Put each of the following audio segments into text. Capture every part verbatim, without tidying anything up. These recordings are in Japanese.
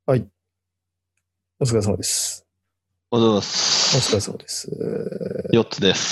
はい。お疲れ様です。 おはようございまお疲れす。 様です。 よっつです。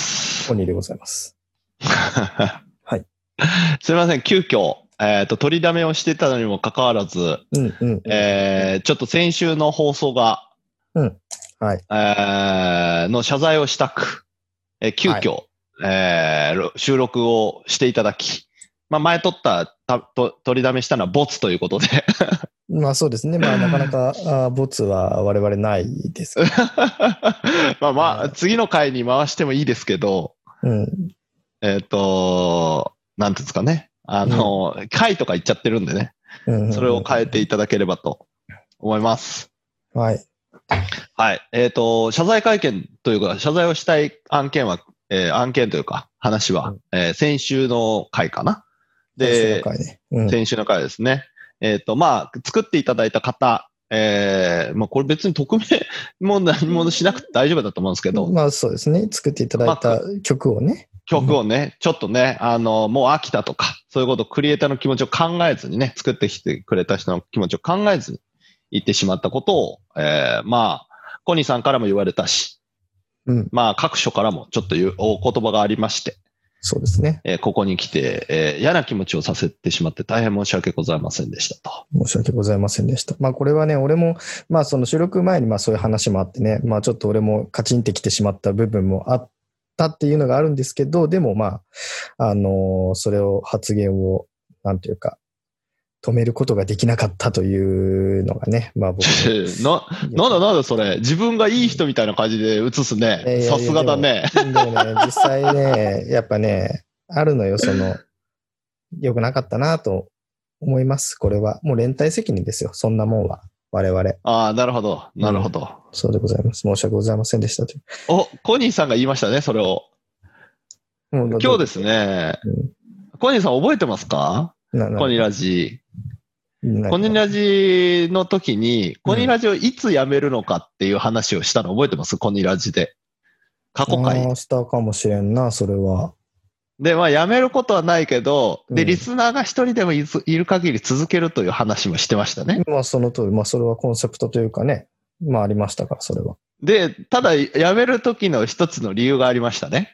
ポニーでございます。はい。 すみません、急遽、えっと、取りだめをしてたのにもかかわらず、 うんうんうん。 えーちょっと先週の放送が、 うん。はい。 えーの謝罪をしたく、えー急はい。 遽、えー収録をしていただき、まあ、前撮ったたと取りだめしたのはボツということで、 まあそうですね。まあなかなか、あボツは我々ないですけど。 まあまあ、 ね、 次の回に回してもいいですけど、 うん。 えっと、なんていうんですかね。あの、うん、回とか言っちゃってるんでね。それを変えていただければと思います。 はい。 はい。えっと、謝罪会見というか、謝罪をしたい案件は、えー案件というか、話は、 うんえー先週の回かな。で、 先週の回ね。うん。 先週の回ですね。えっと、まあ、作っていただいた方、えー、まあ、これ別に匿名も何もしなくて大丈夫だと思うんですけど、 まあそうですね。作っていただいた曲をね。 曲をね、ちょっとね、あの、もう飽きたとか、そういうこと、クリエイターの気持ちを考えずにね、作ってきてくれた人の気持ちを考えずに言ってしまったことを、えー、まあ、コニーさんからも言われたし、 うん、 まあ、各所からもちょっと言うお言葉がありまして、 そうですね。 えー、ここに来て、えー、嫌な気持ちをさせてしまって大変申し訳ございませんでしたと。 申し訳ございませんでした。まあこれはね、俺も、まあその収録前にまあそういう話もあってね、まあちょっと俺もカチンってきてしまった部分もあったっていうのがあるんですけど、でもまあ、あのー、それを発言を、なんていうか、止めることができなかったというのがね、まあ僕な、なんだなんだそれ、自分がいい人みたいな感じで映すね。さすがだね。 でもね、実際ね、やっぱね、あるのよ、その、良くなかったなと思います。これは。もう連帯責任ですよ、そんなもんは。我々。 ああ、なるほど。なるほど、うん。 そうでございます。申し訳ございませんでしたと。 お、コニーさんが言いましたね、それを。今日ですね、うん、コニーさん覚えてますか？コニラジ。コニラジの時に、コニラジをいつ辞めるのかっていう話をしたの覚えてます？コニラジで。過去回。 ああ、したかもしれんな、それは。 で、まあ辞めることはないけど、で、リスナーが一人でもいる限り続けるという話もしてましたね。 まあその通り、まあそれはコンセプトというかね、まあありましたから、それは。 で、ただ辞める時の一つの理由がありましたね。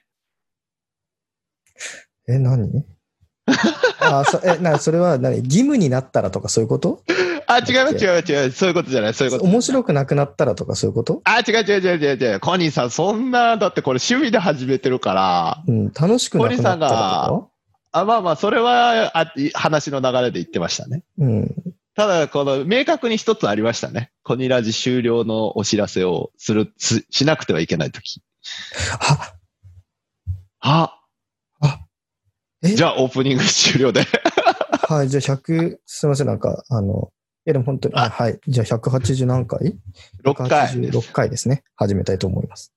え、何あそえなそれは何義務になったらとかそういうこと？ あ、違う違う違う。そういうことじゃない。そういうこと。 面白くなくなったらとかそういうこと？ あ、違う違う違う違う違う。コニーさん、そんな、だってこれ趣味で始めてるから。 うん、楽しくなくなったらとか？コニーさんが、 あ、まあまあ、それはあ話の流れで言ってましたね。うん。ただ、この、明確に一つありましたね。コニラジ終了のお知らせをする、し、しなくてはいけないとき。 ははあじゃあ、オープニング終了で。 はい、じゃあひゃく、すみません、なんか、あの、いやでも本当に、あはい、じゃあひゃくはちじゅう何回 ? ろっかい。ひゃくはちじゅうろっかいですね。始めたいと思います。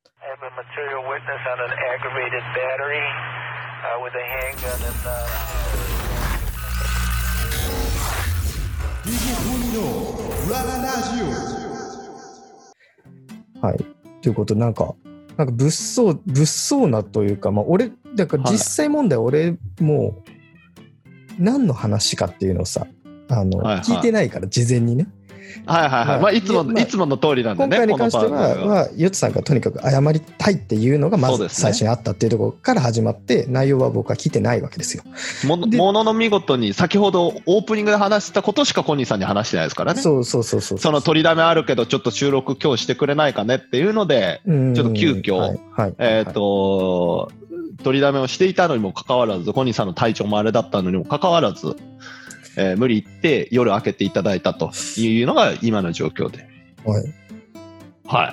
はい。ということで、なんか、なんか物騒、物騒なというか、まあ、俺、だから実際問題、俺、もう、何の話かっていうのをさ、あの、はいはい、聞いてないから、事前にね。 はいはいはい。まあ、まあ、いつも、まあ、いつもの通りなんでね。 今回に関しては、はヨッツさんがとにかく謝りたいっていうのが、まず最初にあったっていうところから始まって、内容は僕は聞いてないわけですよ。 もの、ものの見事に、先ほどオープニングで話したことしかコニーさんに話してないですからね。 そうそうそうそう。 その取りだめあるけど、ちょっと収録今日してくれないかねっていうので、ちょっと急遽、はいはい、えっ、ー、と、取りだめをしていたのにもかかわらず、コニーさんの体調もあれだったのにもかかわらず、えー、無理言って夜明けていただいたというのが今の状況で。 はい。 はい。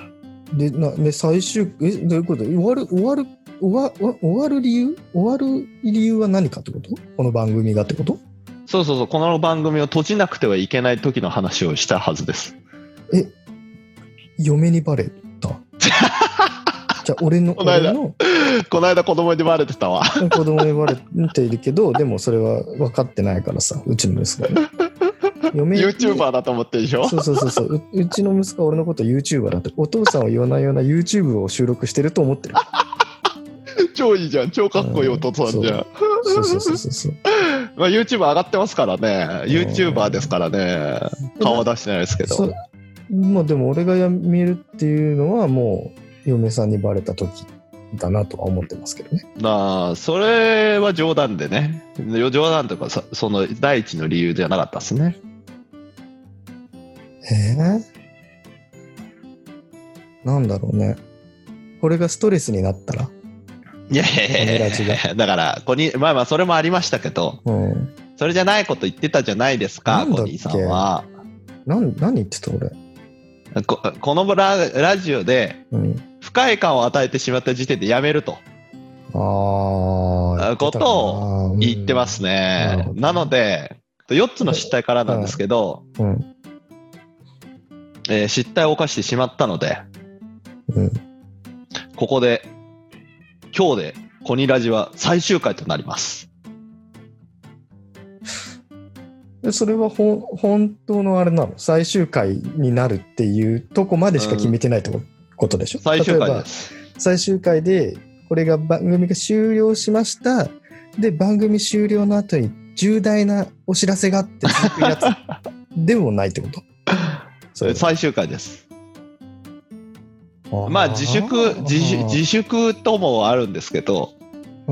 で、な、で、最終、え、どういうこと？終わる、終わる、終わ、終わる理由？終わる理由は何かってこと？この番組がってこと？ そうそうそう、この番組を閉じなくてはいけない時の話をしたはずです。 え、嫁にバレた？じゃあ俺のこの間のこの間子供にバレてたわ。 子供にバレているけど、でもそれは分かってないからさ、うちの息子が、ね、 嫁 YouTuber だと思ってるでしょ。 そうそうそうそう う, うちの息子は俺のこと YouTuber だって、お父さんは夜な夜な YouTube を収録してると思ってる。 超いいじゃん、超かっこいいお父さんじゃん。 そうそうそうそうそう。 まあ YouTube 上がってますからね。YouTuber ですからね。顔は出してないですけど。 まあでも俺が辞めるっていうのはもう嫁さんにバレた時だなとは思ってますけどね。 ああ、それは冗談でね。冗談というか、その第一の理由じゃなかったですね。 えー、なんだろうね。これがストレスになったら。 いやいやいやいや、だからコニー、まあまあそれもありましたけど、うん、それじゃないこと言ってたじゃないですか、コニーさんは。 なん、何言ってた俺。 こ, この ラ, ラジオで不快感を与えてしまった時点でやめると、うん、あことを言ってますね、うん、なのでよっつの失態からなんですけど、うんえー、失態を犯してしまったので、うん、ここで今日でコニラジは最終回となります。 それはほ本当のあれなの？最終回になるっていうとこまでしか決めてないってことでしょ？ 最終回です。 最終回でこれが番組が終了しました。で番組終了の後に重大なお知らせがあって続くやつでもないってこと？ それ最終回です。まあ自粛 自, 自粛ともあるんですけど。 うん、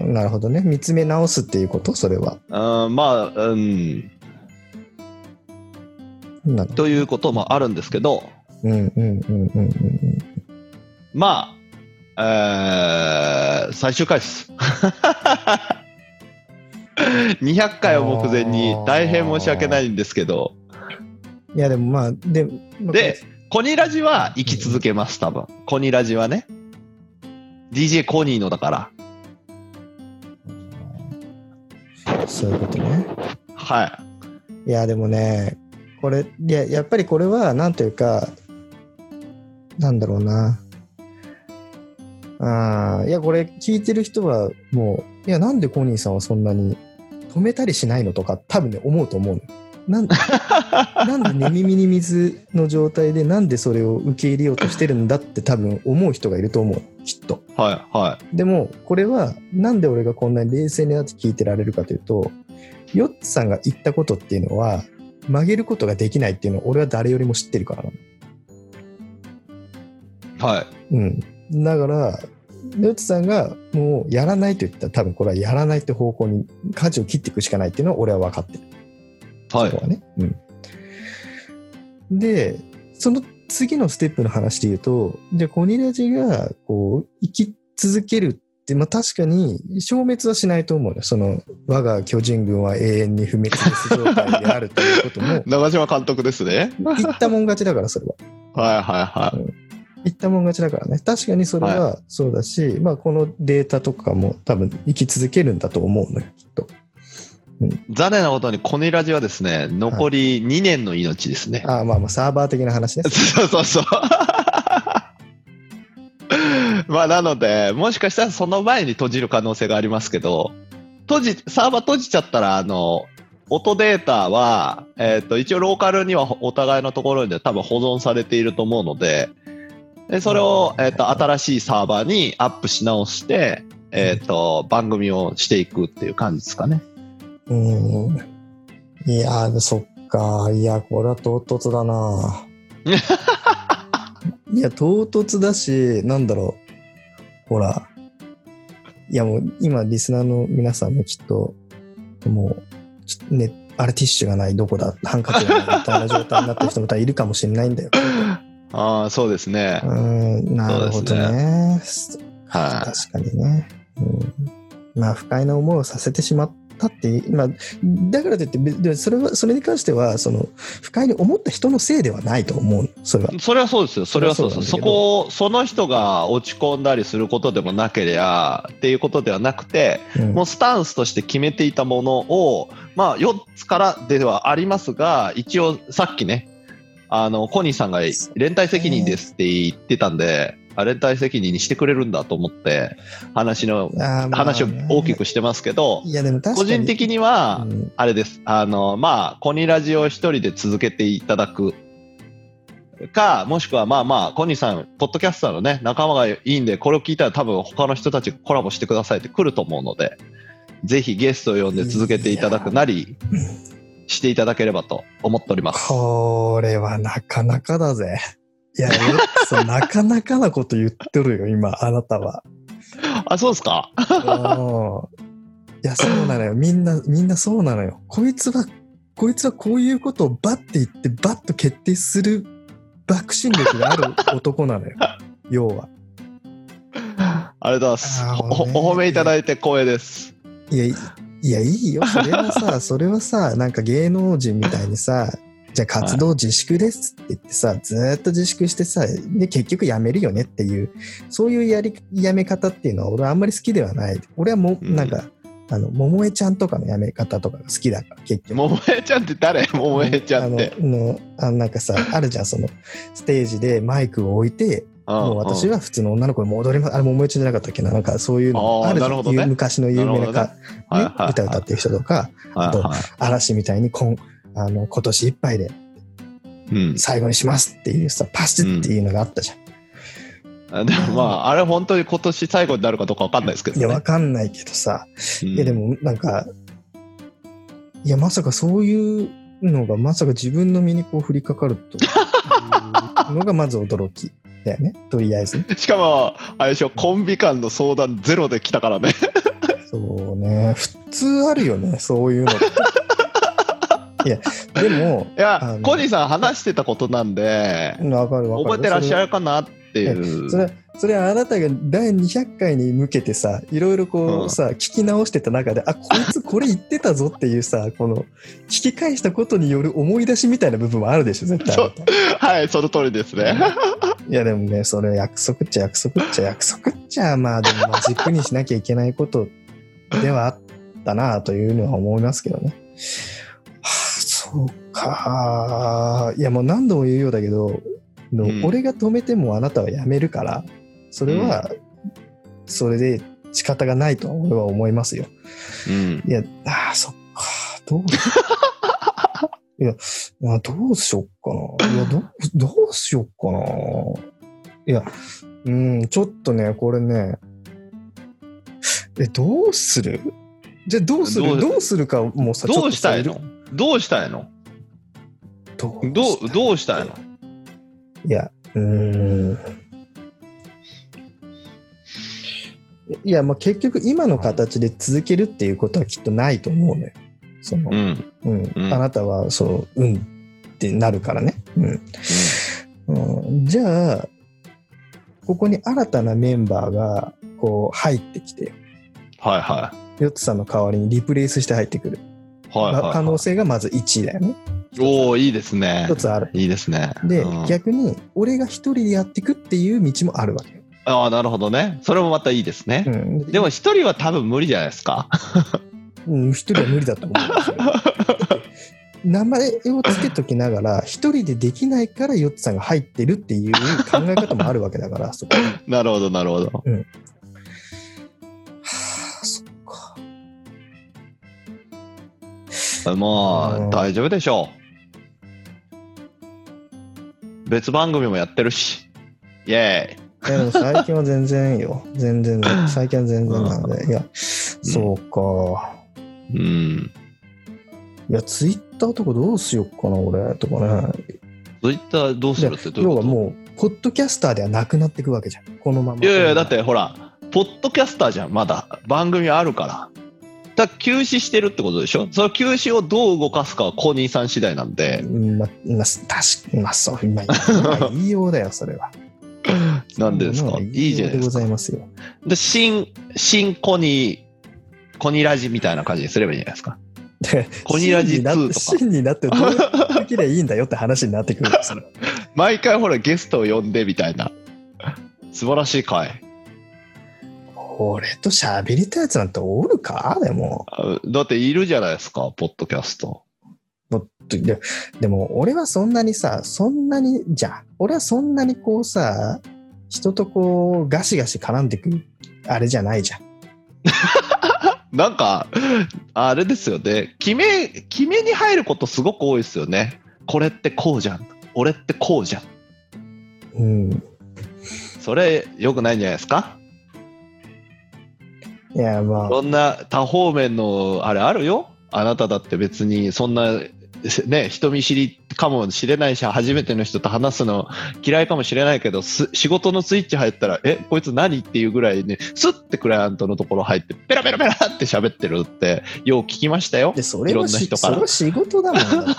なるほどね。見つめ直すっていうこと？それは。 あまあ、うん。ということもあるんですけど。うんうんうんうんうん。まあ、えー、最終回です。にひゃっかいを目前に大変申し訳ないんですけど。 いやでもまあ、で、 まあ、で、コニラジは生き続けます、多分。コニラジはね。ディージェー コニーのだから。 そういうことね。 はい。 いやでもね、これいややっぱりこれはなんというかなんだろうな。ああいやこれ聞いてる人はもういやなんでコニーさんはそんなに止めたりしないのとか多分ね思うと思うの。なんなんで寝耳に水の状態でなんでそれを受け入れようとしてるんだって多分思う人がいると思うきっと。 はいはい。 でもこれはなんで俺がこんなに冷静になって聞いてられるかというと、ヨッツさんが言ったことっていうのは曲げることができないっていうのを俺は誰よりも知ってるからなの。はい。 うん。だからヨッツさんがもうやらないと言ったら多分これはやらないって方向に舵を切っていくしかないっていうのは俺は分かってる。 はい。 そこはね。うん。で、その次のステップの話で言うと、じゃあコニラジがこう生き続けるって、まあ確かに消滅はしないと思うよ。その我が巨人軍は永遠に不滅です状態であるということも。 長嶋監督ですね。 言ったもん勝ちだからそれは。 はいはいはい。うん、 言ったもん勝ちだからね。確かにそれはそうだし、はい、まあこのデータとかも多分生き続けるんだと思うのよ、きっと。 うん、残念なことにコニラジはですね残りにねんの命ですね。 はい、あまあまあサーバー的な話です、 ね。そうそうそう。まあなのでもしかしたらその前に閉じる可能性がありますけど、閉じサーバー閉じちゃったらあの音データは、えー、と一応ローカルにはお互いのところで多分保存されていると思うので、でそれを、えー、と新しいサーバーにアップし直して、えー、と番組をしていくっていう感じですかね。 うん。いやー、そっか。いや、これは唐突だな。いや、唐突だし、なんだろう。ほら。いや、もう今、リスナーの皆さんもきっと、もう、ちょっとね、あれティッシュがない、どこだ、ハンカチがないみたいな状態になってる人もいるかもしれないんだよ。 ああ、そうですね。 うん、なるほどね。ねはい、 確かにね。うん、まあ、不快な思いをさせてしまった。だって、まあ、だからといってそれはそれに関してはその不快に思った人のせいではないと思う。それはそれはそうですよ。それはそうです。そこをその人が落ち込んだりすることでもなければっていうことではなくて、うん、もうスタンスとして決めていたものをまあよっつからではありますが、一応さっきねあのコニーさんが連帯責任ですって言ってたんで。連帯責任にしてくれるんだと思って話の、話を大きくしてますけど、 いやでも確かに個人的にはあれです、あのまあコニラジを一人で続けていただくか、もしくはまあまあコニーさんポッドキャスターのね仲間がいいんでこれを聞いたら多分他の人たちコラボしてくださいって来ると思うので、ぜひゲストを呼んで続けていただくなり、 していただければと思っております。 これはなかなかだぜ。いや、そうなかなかなこと言ってるよ、今、あなたは。 あ、そうですか。 いや、そうなのよ。みんな、みんなそうなのよ。こいつは、こいつはこういうことをバッて言って、バッと決定する爆心力がある男なのよ。要は。 ありがとうございます。お, お褒めいただいて光栄です。 いや、いや、いいよ。それはさ、それはさ、なんか芸能人みたいにさ、じゃあ活動自粛ですって言ってさ、はい、ずーっと自粛してさ、で、結局やめるよねっていう、そういうやり、やめ方っていうのは俺はあんまり好きではない。俺はもう、なんか、うん、あの、桃江ちゃんとかのやめ方とかが好きだから、結局。 桃江ちゃんって誰？桃江ちゃんって。 あの、あのなんかさ、あるじゃん、その、ステージでマイクを置いて、もう私は普通の女の子に戻ります。あれ、桃江ちゃんじゃなかったっけな、なんかそういうのあるじゃん、ね、昔の有名なか、ねはいはいはい、歌歌ってる人とか、あと、はいはい、嵐みたいに今、あの、今年いっぱいで、うん、最後にしますっていうさ、パシッっていうのがあったじゃん。 うん、でもまあ、あれ本当に今年最後になるかどうか分かんないですけどね。 いや、分かんないけどさ、うん、いやでもなんか、いや、まさかそういうのがまさか自分の身にこう降りかかるというのがまず驚きだよね、とりあえず。 しかも、あれでしょ、コンビ間の相談ゼロで来たからね。 そうね、普通あるよね、そういうのって。いや、でも、 いや、コニーさん話してたことなんで、 わかるわかる。 覚えてらっしゃるかなっていう。 それ、それはあなたがだいにひゃっかいに向けてさ、いろいろこう、うん、さ、聞き直してた中で、あ、こいつこれ言ってたぞっていうさ、この、聞き返したことによる思い出しみたいな部分もあるでしょ、絶対。 はい、その通りですね。 いや、でもね、それ約束っちゃ約束っちゃ約束っちゃ、まあでも、まあ、軸にしなきゃいけないことではあったなというのは思いますけどね。そうか。いや、もう何度も言うようだけど、うん、俺が止めてもあなたはやめるから、それは、それで仕方がないと俺は思いますよ。うん、いや、ああ、そっか。どういや、どうしよっかな。いや、どう、どうしよっかな。いや、うん、ちょっとね、これね、え、どうする？じゃあどうする？どうするかもうさ、 どうしたいの？どうしたいの？どう、どう、どうしたいの？ いや、うーん。いや、まあ、結局今の形で続けるっていうことはきっとないと思うのよ。その、うんうんうん、あなたはそう、うんってなるからね。うんうんうん、じゃあ、ここに新たなメンバーがこう入ってきて、 はいはい。 ヨッツさんの代わりにリプレイスして入ってくる。はいはいはい、可能性がまずいちいだよね。 おー、いいですね。 一つある。 いいですね。 で、うん、逆に俺が一人でやっていくっていう道もあるわけよ。 ああ、なるほどね。それもまたいいですね。うん、でも一人は多分無理じゃないですか。 うん、一人は無理だと思うんですよ。名前をつけときながら一人でできないからヨッツさんが入ってるっていう考え方もあるわけだからそこなるほどなるほど。うん。はあ、そっか。 まあ大丈夫でしょう。別番組もやってるし。イエーイ。 いやでも最近は全然よ。全然最近は全然なんで、いや、そうか。うん。いや、ツイッターとかどうしよっかな、俺、とかね。 ツイッターどうするってどういうこと？ 要はもう、ポッドキャスターではなくなっていくわけじゃん。このまま。 いやいや、だってほら、ポッドキャスターじゃん、まだ。番組あるから。だから休止してるってことでしょ？その休止をどう動かすかはコニーさん次第なんで。 ま、ま、確かに、まあ、そう、まあ、言いようだよ、それは。 なんでですか？いいじゃないですか。 でございますよ。 で、新、新コニー、コニラジみたいな感じにすればいいんじゃないですか。コニラジツーとか。 真になってどうやってできればいいんだよって話になってくるんですよ。 毎回ほらゲストを呼んでみたいな。素晴らしい回。 俺と喋りたいやつなんておるか？でも。 だっているじゃないですか、ポッドキャスト。 で, でも俺はそんなにさ、そんなに、じゃあ、俺はそんなにこうさ、人とこうガシガシ絡んでくるあれじゃないじゃん。 なんか、あれですよね。決め、決めに入ることすごく多いですよね。これってこうじゃん。俺ってこうじゃん。うん。それ、良くないんじゃないですか？ いや、まあ。 そんな多方面の、あれあるよ。あなただって別にそんなね、人見知りかもしれないし、初めての人と話すの嫌いかもしれないけど、仕事のスイッチ入ったら、え、こいつ何っていうぐらいね、スッてクライアントのところ入って、ペラペラペラって喋ってるって、よう聞きましたよ。 でそれはいろんな人から。それは仕事だもんだって。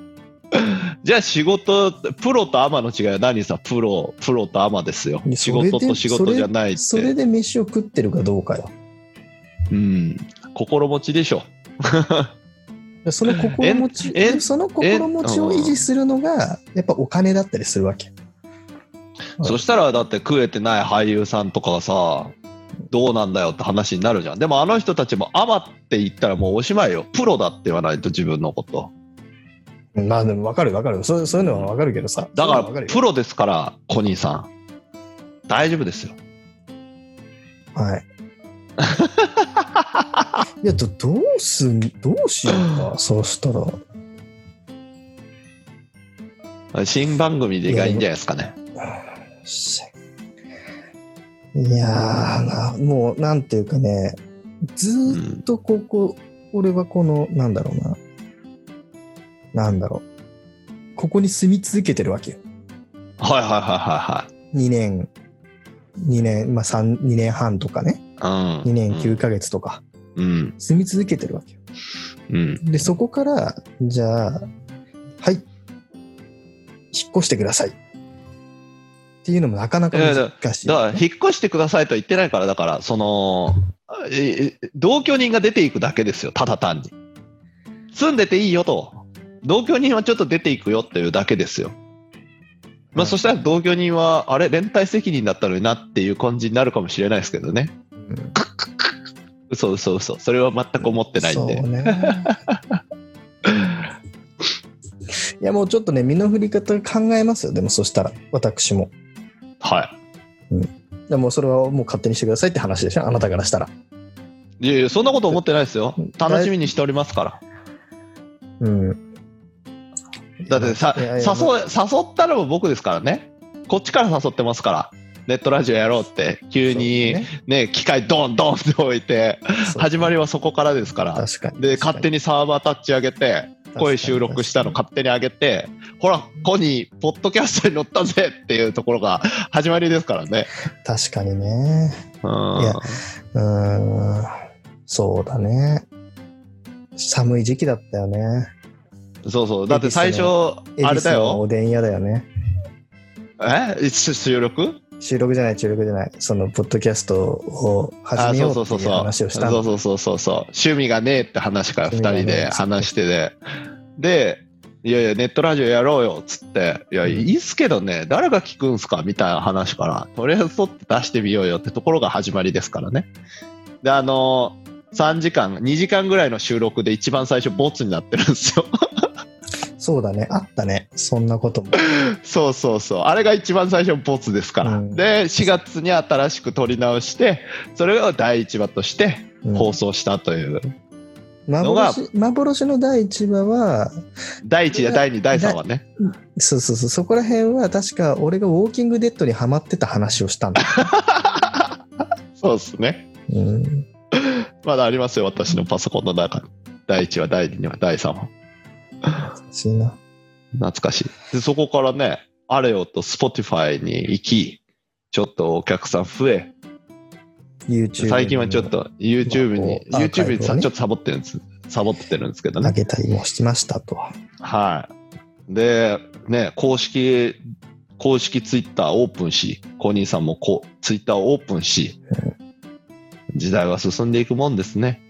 じゃあ仕事、プロとアマの違いは何さ、プロ、プロとアマですよ。仕事と仕事じゃないって。 それ、それで飯を食ってるかどうかよ。 うん、心持ちでしょ。 その心持ち、その心持ちを維持するのが、やっぱお金だったりするわけ。 そしたら、だって食えてない俳優さんとかがさ、どうなんだよって話になるじゃん。でもあの人たちもアマって言ったらもうおしまいよ。プロだって言わないと自分のこと。 まあでも分かる分かる。そう、そういうのは分かるけどさ。 だからプロですから、コニーさん。大丈夫ですよ。 はい。いや、ど、どうすん、どうしようか、そうしたら。新番組でがいいんじゃないですかね。 いやー、もう、なんていうかね、ずーっとここ、うん、俺はこの、なんだろうな、なんだろう、ここに住み続けてるわけよ。 はいはいはいはいはい。 にねん、にねん、まあさん、にねんはんとかね、 うん、 にねんきゅうかげつとか、うん、住み続けてるわけよ。うん、で、そこから、じゃあ、はい、引っ越してください。っていうのもなかなか難しい。 だから、引っ越してくださいとは言ってないから、だから、その、同居人が出ていくだけですよ、ただ単に。住んでていいよと。同居人はちょっと出ていくよっていうだけですよ。まあ、うん、そしたら同居人は、あれ、連帯責任だったのになっていう感じになるかもしれないですけどね。うん、嘘嘘嘘。それは全く思ってないんで。そうね。 いや、もうちょっとね、身の振り方考えますよ。でもそしたら、私も。 はい。 うん。でもそれはもう勝手にしてくださいって話でしょ、あなたからしたら。 いやいや、そんなこと思ってないですよ。楽しみにしておりますから。 うん。 だってさ、いやいや誘、誘ったのも僕ですからね。こっちから誘ってますから。ネットラジオやろうって、急にね、ね機械ドンドンって置いて、始まりはそこからですから。 確かに。 で、勝手にサーバー立ち上げて、声収録したの勝手に上げて、ほら、コニー、ポッドキャストに乗ったぜっていうところが始まりですからね。 確かにね。うん。いや、うーん、そうだね。寒い時期だったよね。 そうそう。だって最初、あれだよ。 おでん屋だよね。 え収録収録じゃない、収録じゃない。その、ポッドキャストを始めようっていう話をしたんだ。 そうそうそうそう。趣味がねえって話から二人で話してて。で、いやいや、ネットラジオやろうよっつって、いや、いいっすけどね、誰が聞くんすかみたいな話から、とりあえず撮って出してみようよってところが始まりですからね。で、あの、さんじかん、にじかんぐらいの収録で一番最初ボツになってるんですよ。 そうだね、あったね、そんなことも。 そうそうそう、あれが一番最初ボツですから、うん、でしがつに新しく撮り直して、それをだいいちわとして放送したというのが、 うん、幻, 幻のだいいちわはだいいちやだいにだいさんはね、 そうそうそう、そこら辺は確か俺がウォーキングデッドにハマってた話をしたんだ。 そうですね、うん、まだありますよ、私のパソコンの中に。だいいちわだいにわだいさんわ。 懐かしいな。 懐かしい。で、そこからね、あれよと Spotify に行き、ちょっとお客さん増え、 YouTube 最近はちょっと YouTube に、まあ、YouTube にさ、ね、ちょっとサボってるんです。サボってるんですけどね。 投げたりもしましたと。 はい。で、ね、公式、公式 Twitter オープンし、コニーさんもこう Twitter をオープンし、うん、時代は進んでいくもんですね。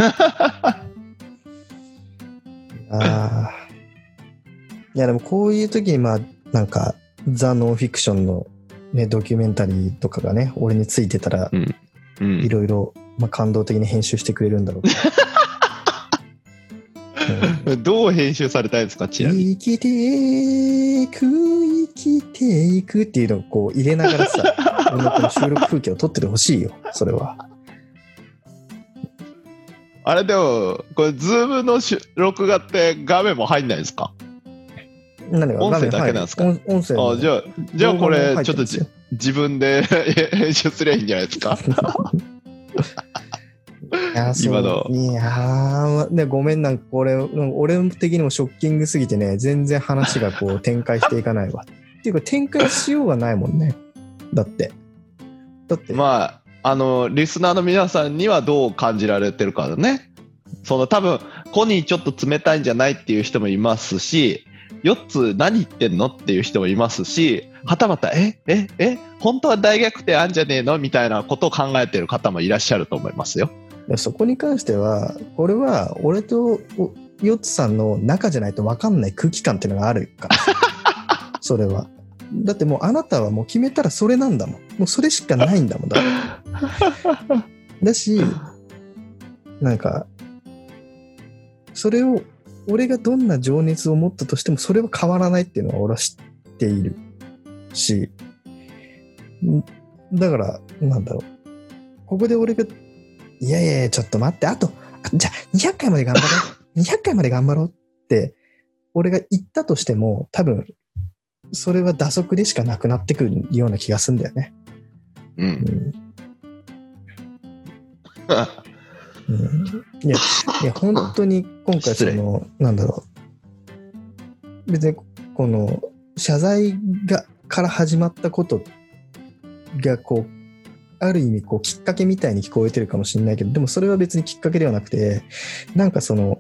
ああ。いやでもこういう時にまあなんかザ・ノンフィクションのねドキュメンタリーとかがね俺についてたらいろいろ感動的に編集してくれるんだろう、うん、どう編集されたいですか？ちなみに生きていく生きていくっていうのをこう入れながらさ俺のこの収録風景を撮っててほしいよ、それは。 あれでも、これ、ズームの録画って画面も入んないですか？ 何が？ 音声だけなんですか？ 音声。 あ、じゃあ、じゃあこれ、ちょっと自分で編集すりゃいいんじゃないですか？ や今の。 いやー、ごめんなんかこれ、俺的にもショッキングすぎてね、全然話がこう展開していかないわ。っていうか展開しようがないもんね。だって。だって。 まあ、あの、リスナーの皆さんにはどう感じられてるかだね。その多分、コニーちょっと冷たいんじゃないっていう人もいますし、よっつ何言ってんのっていう人もいますし、はたまた、え、え、え、本当は大逆転あんじゃねえのみたいなことを考えてる方もいらっしゃると思いますよ。 そこに関しては、これは俺とヨッツさんの中じゃないと分かんない空気感っていうのがあるから。それは。だってもうあなたはもう決めたらそれなんだもん。もうそれしかないんだもん。だだし、なんか、それを、俺がどんな情熱を持ったとしてもそれは変わらないっていうのは俺は知っているし、だからなんだろう、ここで俺がいやいやいやちょっと待って、あとじゃあにひゃっかいまで頑張ろうにひゃっかいまで頑張ろうって俺が言ったとしても多分それは打足でしかなくなってくるような気がするんだよね。 うん、うんうん、いや、いや本当に今回そのなんだろう、別にこの謝罪がから始まったことがこうある意味こうきっかけみたいに聞こえてるかもしれないけど、でもそれは別にきっかけではなくて、なんかその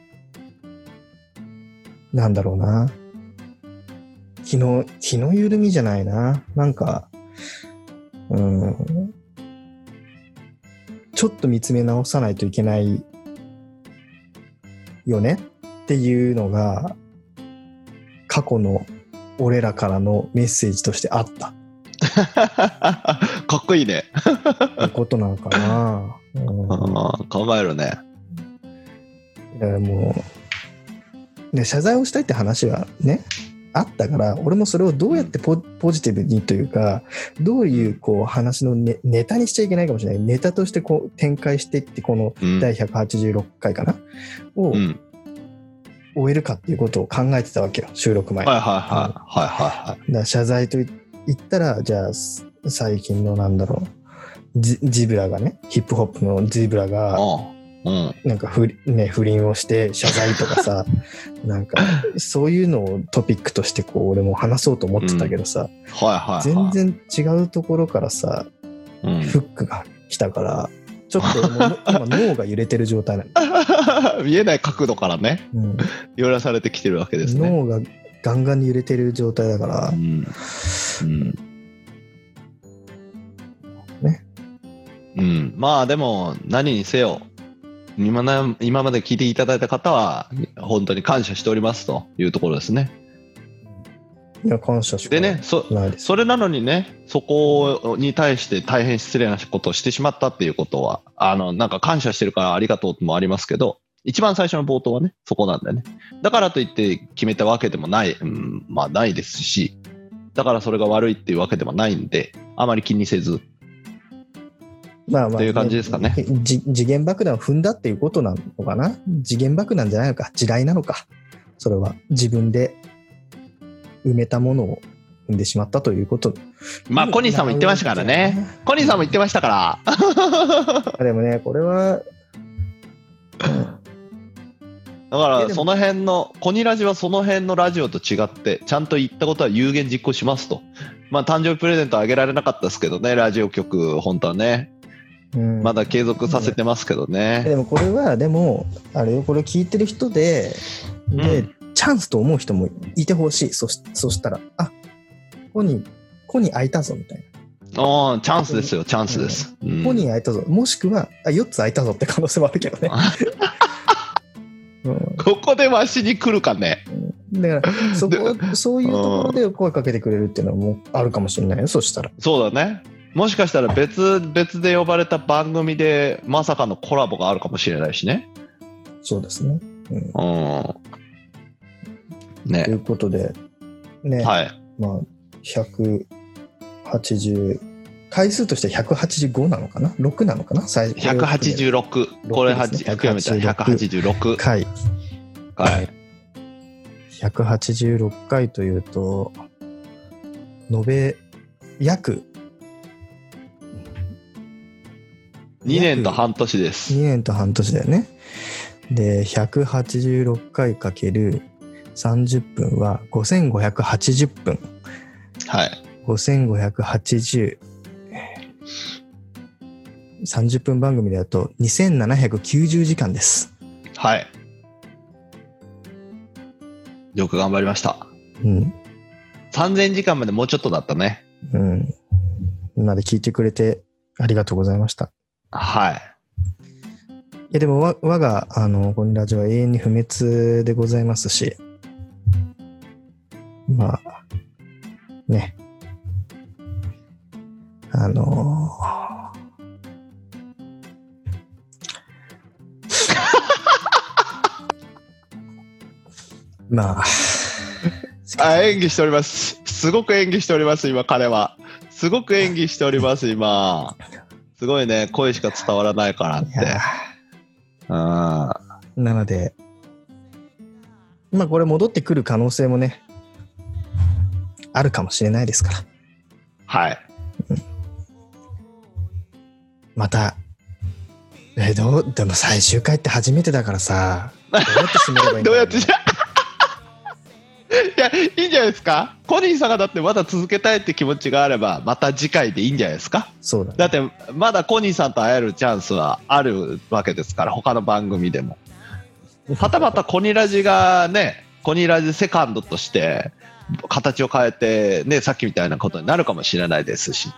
なんだろうな、気の気の緩みじゃないな、なんかうんちょっと見つめ直さないといけないよねっていうのが過去の俺らからのメッセージとしてあったかっこいいねってことなのかな、うん、 考えるね。 だからもう、ね、謝罪をしたいって話はねあったから、俺もそれをどうやってポ、ポジティブにというか、どういうこう話の ネ, ネタにしちゃいけないかもしれない、ネタとしてこう展開していって、このだいひゃくはちじゅうろっかいかな、うん、を終えるかっていうことを考えてたわけよ、収録前。 はいはいはいはいはい。 だから謝罪と言ったら、じゃあ最近のなんだろう、ジ, ジブラがね、ヒップホップのジブラが、うん、なんか不、ね、不倫をして謝罪とかさなんかそういうのをトピックとしてこう俺も話そうと思ってたけどさ、 うんはいはいはい、 全然違うところからさ、うん、フックが来たからちょっと今脳が揺れてる状態なの見えない角度からね、うん、揺らされてきてるわけですね。 脳がガンガンに揺れてる状態だから、うんうんねうん、まあでも何にせよ今な今まで聞いていただいた方は本当に感謝しておりますというところですね。 いや感謝しかないです。 でね、そ、それなのにね、そこに対して大変失礼なことをしてしまったっていうことは、あのなんか感謝してるからありがとうもありますけど、一番最初の冒頭はねそこなんだよね。だからといって決めたわけでもない、うん、まあないですし、だからそれが悪いっていうわけでもないんで、あまり気にせず。 まあまあ、 っていう感じですかね。 時限爆弾を踏んだっていうことなのかな。時限爆弾じゃないのか、地雷なのか。それは自分で埋めたものを踏んでしまったということ。 まあコニーさんも言ってましたからね。コニーさんも言ってましたから。 でもね、これは、 だからその辺のコニラジはその辺のラジオと違ってちゃんと言ったことは有言実行しますと。まあ誕生日プレゼントあげられなかったですけどね、ラジオ局本当はね。うん、まだ継続させてますけどね。 でもこれはでもあれよ、これ聞いてる人で、で、うん、チャンスと思う人もいてほしい。そし、そしたらあコニーコニー開いたぞみたいな。 ああチャンスですよ、チャンスです。 うん、コニー開いたぞ、もしくはあよっつ開いたぞって可能性もあるけどね。 うん、ここでわしに来るかね。 だからそこそういうところで声かけてくれるっていうのもあるかもしれないよ。そしたらそうだね。もしかしたら別別で呼ばれた番組でまさかのコラボがあるかもしれないしね。 そうですね。うん。 うんね。 ということでね。 はい。 まあひゃくはちじゅう回数としてひゃくはちじゅうごなのかな、ろくなのかな、最初ひゃくはちじゅうろく、これひゃくやめたらひゃくはちじゅうろく回。 はい。 ひゃくはちじゅうろっかいというと延べ約にねんと半年です。 にねんと半年だよね。で、ひゃくはちじゅうろっかいかけるさんじゅっぷんはごせんごひゃくはちじゅっぷん。 はい。 ごせんごひゃくはちじゅう。さんじゅっぷん番組だとにせんななひゃくきゅうじゅうじかんです。 はい。よく頑張りました。 うん。 さんぜんじかんまでもうちょっとだったね。 うん。今まで聞いてくれてありがとうございました。 はい。いやでもわ我があのコニラジは永遠に不滅でございますし、まあね、あのー、まああ、演技しております。すごく演技しております今彼は。すごく演技しております今。すごいね、声しか伝わらないからって。 あなので、まあこれ戻ってくる可能性もね、あるかもしれないですから。 はい。うん、 また、えどうでも最終回って初めてだからさ、どうやって締めればいいんだろう、ね、どうやってじゃいや、いいんじゃないですか。コニーさんがだってまだ続けたいって気持ちがあれば、また次回でいいんじゃないですか。 そうだね。 だってまだコニーさんと会えるチャンスはあるわけですから、他の番組でも。はたまたコニラジがね、コニラジセカンドとして形を変えてね、さっきみたいなことになるかもしれないですし。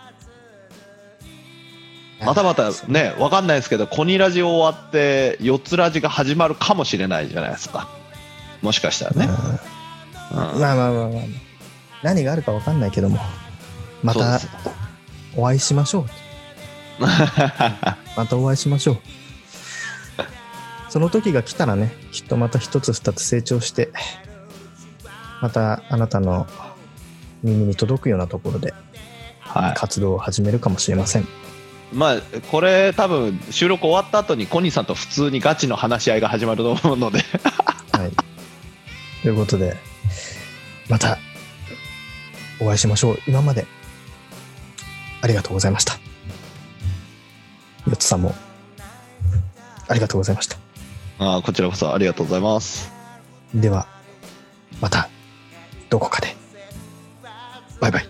またまたね、わかんないですけど、コニラジ終わってよっつラジが始まるかもしれないじゃないですか。もしかしたらね。 うん、まあまあまあまあ、何があるか分かんないけども、またお会いしましょう。またお会いしましょう。その時が来たらね、きっとまた一つ二つ成長して、またあなたの耳に届くようなところで活動を始めるかもしれません。はい、 まあこれ多分収録終わった後にコニーさんと普通にガチの話し合いが始まると思うので。 はい。ということで。またお会いしましょう。今までありがとうございました。よつさんもありがとうございました。 ああ、こちらこそありがとうございます。 ではまたどこかで。バイバイ。